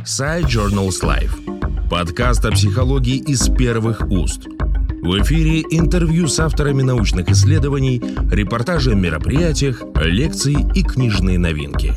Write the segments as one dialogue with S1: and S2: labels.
S1: Сайт Journals Life. Подкаст о психологии из первых уст. В эфире интервью с авторами научных исследований, репортажи о мероприятиях, лекции и книжные новинки.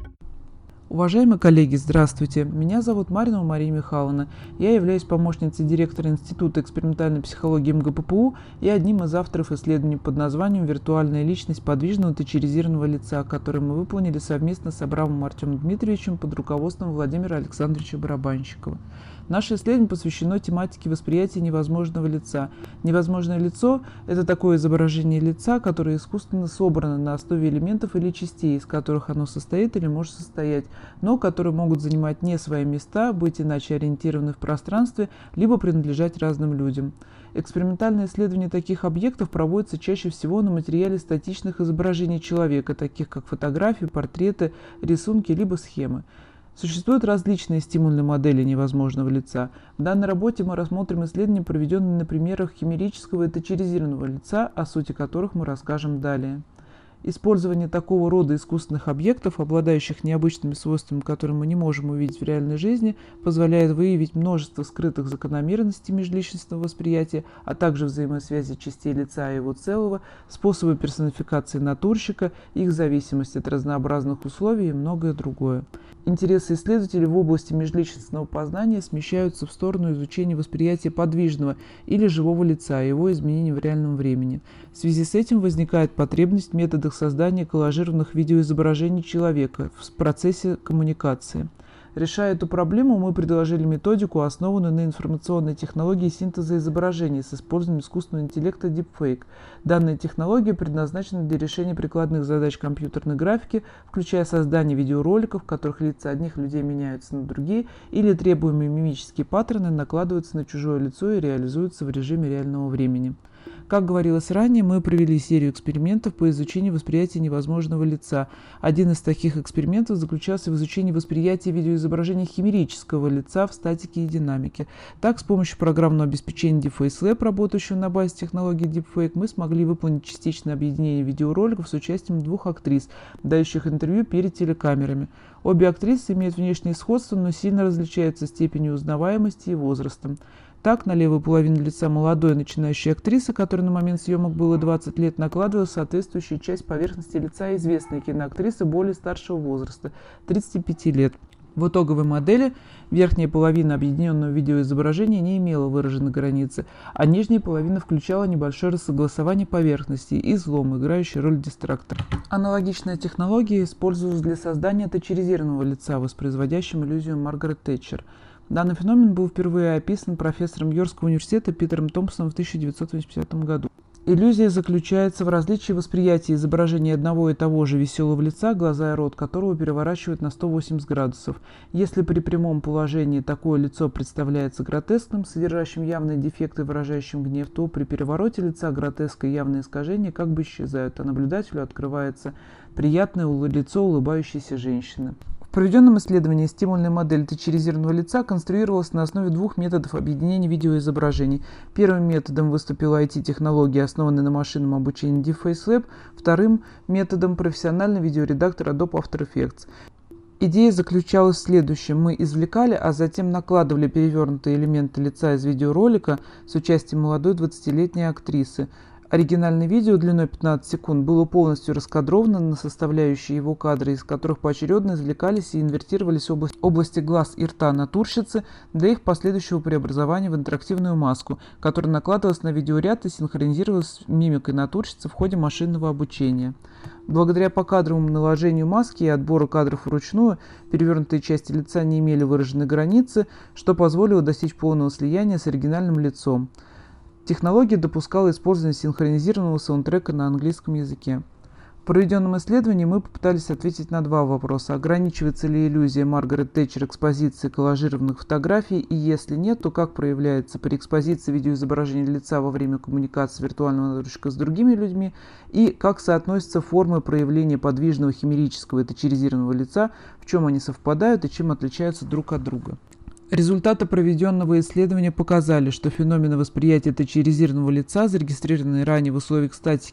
S2: Уважаемые коллеги, здравствуйте. Меня зовут Маринова Мария Михайловна. Я являюсь помощницей директора Института экспериментальной психологии МГППУ и одним из авторов исследований под названием «Виртуальная личность подвижного тетчеризированного лица», который мы выполнили совместно с Абрамовым Артемом Дмитриевичем под руководством Владимира Александровича Барабанщикова. Наше исследование посвящено тематике восприятия невозможного лица. Невозможное лицо – это такое изображение лица, которое искусственно собрано на основе элементов или частей, из которых оно состоит или может состоять, но которые могут занимать не свои места, быть иначе ориентированы в пространстве, либо принадлежать разным людям. Экспериментальное исследование таких объектов проводится чаще всего на материале статичных изображений человека, таких как фотографии, портреты, рисунки либо схемы. Существуют различные стимульные модели невозможного лица. В данной работе мы рассмотрим исследования, проведенные на примерах химерического и тетчеризированного лица, о сути которых мы расскажем далее. Использование такого рода искусственных объектов, обладающих необычными свойствами, которые мы не можем увидеть в реальной жизни, позволяет выявить множество скрытых закономерностей межличностного восприятия, а также взаимосвязи частей лица и его целого, способы персонификации натурщика, их зависимость от разнообразных условий и многое другое. Интересы исследователей в области межличностного познания смещаются в сторону изучения восприятия подвижного или живого лица и его изменений в реальном времени. В связи с этим возникает потребность в методах создания коллажированных видеоизображений человека в процессе коммуникации. Решая эту проблему, мы предложили методику, основанную на информационной технологии синтеза изображений с использованием искусственного интеллекта Deepfake. Данная технология предназначена для решения прикладных задач компьютерной графики, включая создание видеороликов, в которых лица одних людей меняются на другие, или требуемые мимические паттерны накладываются на чужое лицо и реализуются в режиме реального времени. Как говорилось ранее, мы провели серию экспериментов по изучению восприятия невозможного лица. Один из таких экспериментов заключался в изучении восприятия видеоизображения химерического лица в статике и динамике. Так, с помощью программного обеспечения DeepFaceLab, работающего на базе технологии Deepfake, мы смогли выполнить частичное объединение видеороликов с участием двух актрис, дающих интервью перед телекамерами. Обе актрисы имеют внешнее сходство, но сильно различаются степенью узнаваемости и возрастом. Так, на левую половину лица молодой начинающей актрисы, которой на момент съемок было 20 лет, накладывалась соответствующая часть поверхности лица известной киноактрисы более старшего возраста – 35 лет. В итоговой модели верхняя половина объединенного видеоизображения не имела выраженной границы, а нижняя половина включала небольшое рассогласование поверхности и излом, играющий роль дистрактора. Аналогичная технология использовалась для создания тетчеризированного лица, воспроизводящим иллюзию Маргарет Тэтчер. Данный феномен был впервые описан профессором Йоркского университета Питером Томпсоном в 1985 году. Иллюзия заключается в различии восприятия изображения одного и того же веселого лица, глаза и рот которого переворачивают на 180 градусов. Если при прямом положении такое лицо представляется гротескным, содержащим явные дефекты, выражающим гнев, то при перевороте лица гротеск и явные искажения как бы исчезают, а наблюдателю открывается приятное лицо улыбающейся женщины. В проведенном исследовании стимульная модель тетчеризированного лица конструировалась на основе двух методов объединения видеоизображений. Первым методом выступила IT-технология, основанная на машинном обучении DeepFaceLab, вторым методом профессиональный видеоредактор Adobe After Effects. Идея заключалась в следующем. Мы извлекали, а затем накладывали перевернутые элементы лица из видеоролика с участием молодой 20-летней актрисы. Оригинальное видео длиной 15 секунд было полностью раскадровано на составляющие его кадры, из которых поочередно извлекались и инвертировались области глаз и рта натурщицы для их последующего преобразования в интерактивную маску, которая накладывалась на видеоряд и синхронизировалась с мимикой натурщицы в ходе машинного обучения. Благодаря покадровому наложению маски и отбору кадров вручную, перевернутые части лица не имели выраженной границы, что позволило достичь полного слияния с оригинальным лицом. Технология допускала использование синхронизированного саундтрека на английском языке. В проведенном исследовании мы попытались ответить на два вопроса. Ограничивается ли иллюзия Маргарет Тэтчер экспозицией коллажированных фотографий, и если нет, то как проявляется при экспозиции видеоизображения лица во время коммуникации виртуального натурщика с другими людьми, и как соотносятся формы проявления подвижного химерического и тетчеризированного лица, в чем они совпадают и чем отличаются друг от друга. Результаты проведенного исследования показали, что феномены восприятия тетчеризированного лица, зарегистрированные ранее в условиях статики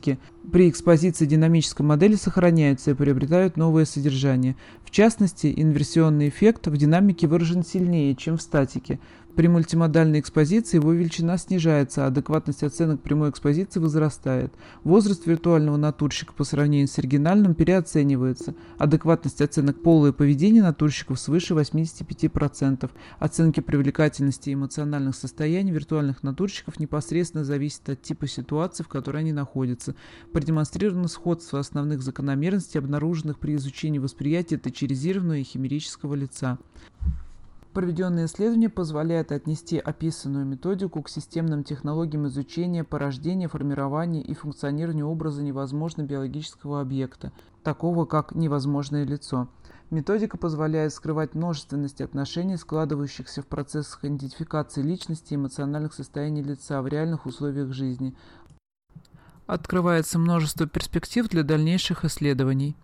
S2: При экспозиции динамической модели сохраняются и приобретают новое содержание. В частности, инверсионный эффект в динамике выражен сильнее, чем в статике. При мультимодальной экспозиции его величина снижается, а адекватность оценок прямой экспозиции возрастает. Возраст виртуального натурщика по сравнению с оригинальным переоценивается. Адекватность оценок пола и поведения натурщиков свыше 85%. Оценки привлекательности и эмоциональных состояний виртуальных натурщиков непосредственно зависят от типа ситуации, в которой они находятся. Продемонстрировано сходство основных закономерностей, обнаруженных при изучении восприятия тетчеризированного и химерического лица. Проведенное исследование позволяет отнести описанную методику к системным технологиям изучения порождения, формирования и функционирования образа невозможного биологического объекта, такого как невозможное лицо. Методика позволяет скрывать множественность отношений, складывающихся в процессах идентификации личности и эмоциональных состояний лица в реальных условиях жизни. Открывается множество перспектив для дальнейших исследований.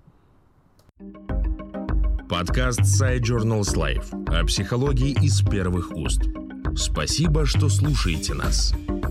S1: Подкаст Side Journals Life о психологии из первых уст. Спасибо, что слушаете нас.